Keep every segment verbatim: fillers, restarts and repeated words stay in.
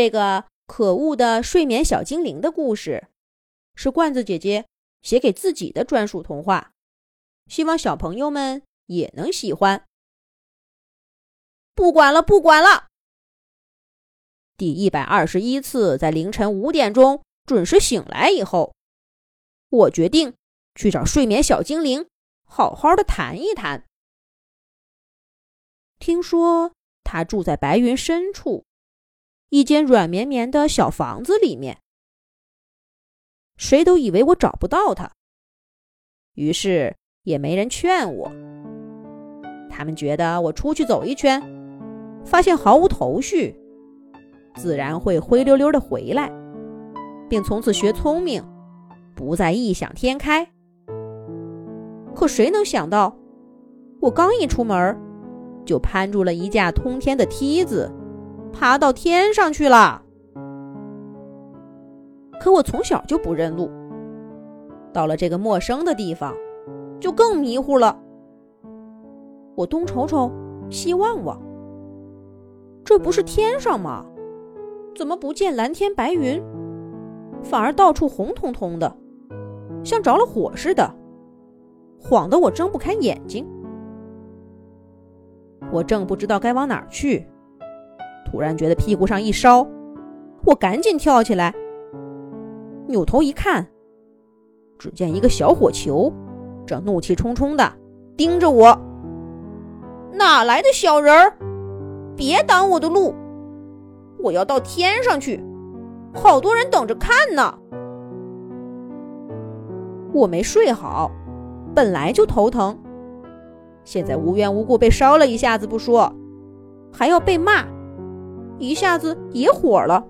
这个可恶的睡眠小精灵的故事，是罐子姐姐写给自己的专属童话，希望小朋友们也能喜欢。不管了，不管了！第一百二十一次在凌晨五点钟准时醒来以后，我决定去找睡眠小精灵，好好的谈一谈。听说他住在白云深处，一间软绵绵的小房子里面。谁都以为我找不到他，于是也没人劝我。他们觉得我出去走一圈，发现毫无头绪，自然会灰溜溜的回来，并从此学聪明，不再异想天开。可谁能想到，我刚一出门，就攀住了一架通天的梯子，爬到天上去了。可我从小就不认路，到了这个陌生的地方，就更迷糊了。我东瞅瞅，西望望，这不是天上吗？怎么不见蓝天白云，反而到处红彤彤的，像着了火似的，晃得我睁不开眼睛。我正不知道该往哪儿去，突然觉得屁股上一烧，我赶紧跳起来，扭头一看，只见一个小火球正怒气冲冲地盯着我。哪来的小人儿？别挡我的路，我要到天上去，好多人等着看呢。我没睡好，本来就头疼，现在无缘无故被烧了一下子不说，还要被骂，一下子也火了。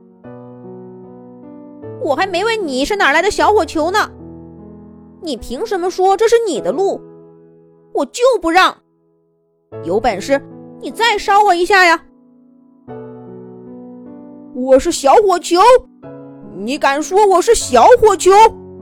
我还没问你是哪来的小火球呢，你凭什么说这是你的路？我就不让！有本事你再烧我一下呀！我是小火球，你敢说我是小火球？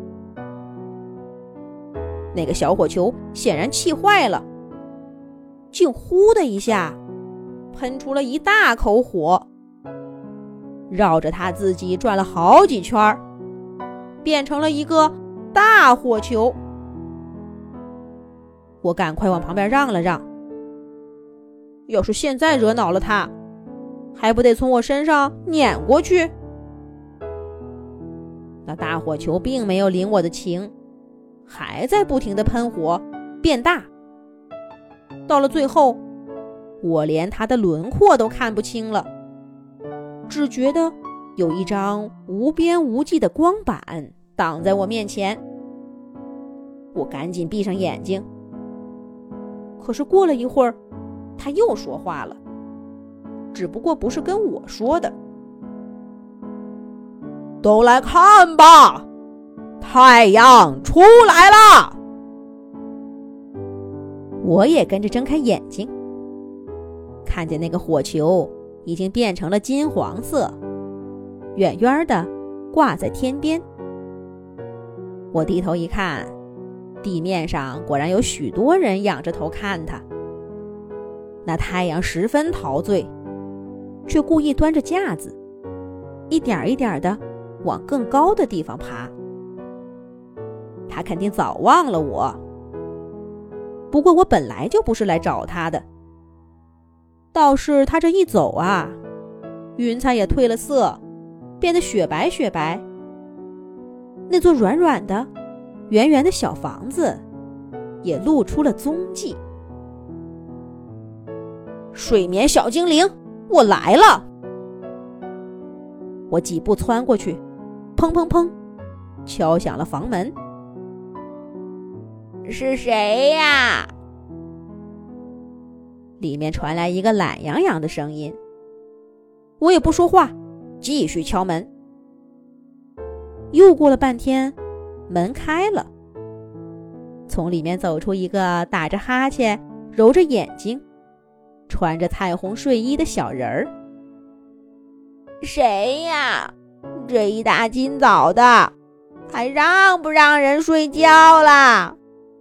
那个小火球显然气坏了，竟呼的一下喷出了一大口火，绕着他自己转了好几圈，变成了一个大火球。我赶快往旁边让了让，要是现在惹恼了他，还不得从我身上碾过去？那大火球并没有领我的情，还在不停地喷火变大。到了最后，我连它的轮廓都看不清了，只觉得有一张无边无际的光板挡在我面前。我赶紧闭上眼睛，可是过了一会儿，他又说话了，只不过不是跟我说的。都来看吧，太阳出来了！我也跟着睁开眼睛，看见那个火球已经变成了金黄色，远远的挂在天边。我低头一看，地面上果然有许多人仰着头看它。那太阳十分陶醉，却故意端着架子，一点一点的往更高的地方爬。他肯定早忘了我，不过我本来就不是来找他的。倒是他这一走啊，云彩也褪了色，变得雪白雪白。那座软软的圆圆的小房子也露出了踪迹。睡眠小精灵，我来了！我几步窜过去，砰砰砰，敲响了房门。是谁呀？里面传来一个懒洋洋的声音。我也不说话，继续敲门。又过了半天，门开了，从里面走出一个打着哈欠、揉着眼睛、穿着彩虹睡衣的小人儿。谁呀？这一大清早的，还让不让人睡觉啦？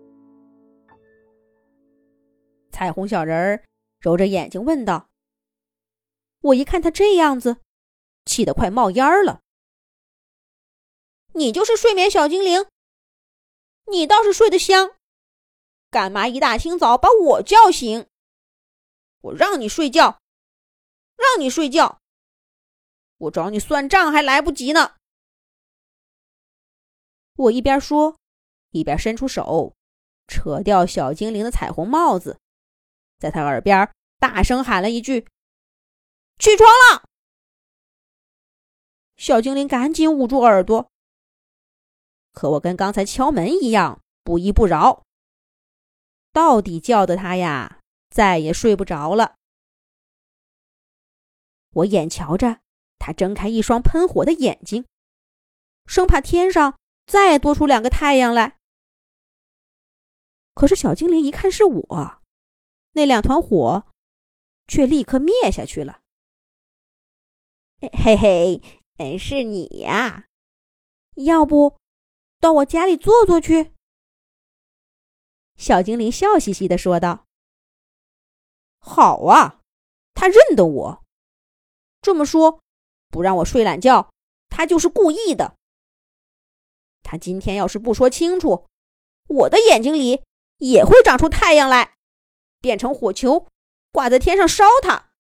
彩虹小人儿揉着眼睛问道。我一看他这样子， 气得快冒烟了。你就是睡眠小精灵，你倒是睡得香，干嘛一大清早把我叫醒？我让你睡觉，让你睡觉，我找你算账还来不及呢。我一边说，一边伸出手，扯掉小精灵的彩虹帽子，在他耳边大声喊了一句：起床了！小精灵赶紧捂住耳朵，可我跟刚才敲门一样，不依不饶，到底叫得他呀再也睡不着了。我眼瞧着他睁开一双喷火的眼睛，生怕天上再多出两个太阳来。可是小精灵一看是我，那两团火却立刻灭下去了。嘿嘿，是你呀，要不到我家里坐坐去？小精灵笑嘻嘻地说道。好啊，他认得我。这么说，不让我睡懒觉，他就是故意的。他今天要是不说清楚，我的眼睛里也会长出太阳来，变成火球，挂在天上烧它。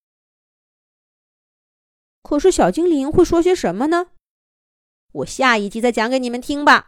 可是小精灵会说些什么呢？我下一集再讲给你们听吧。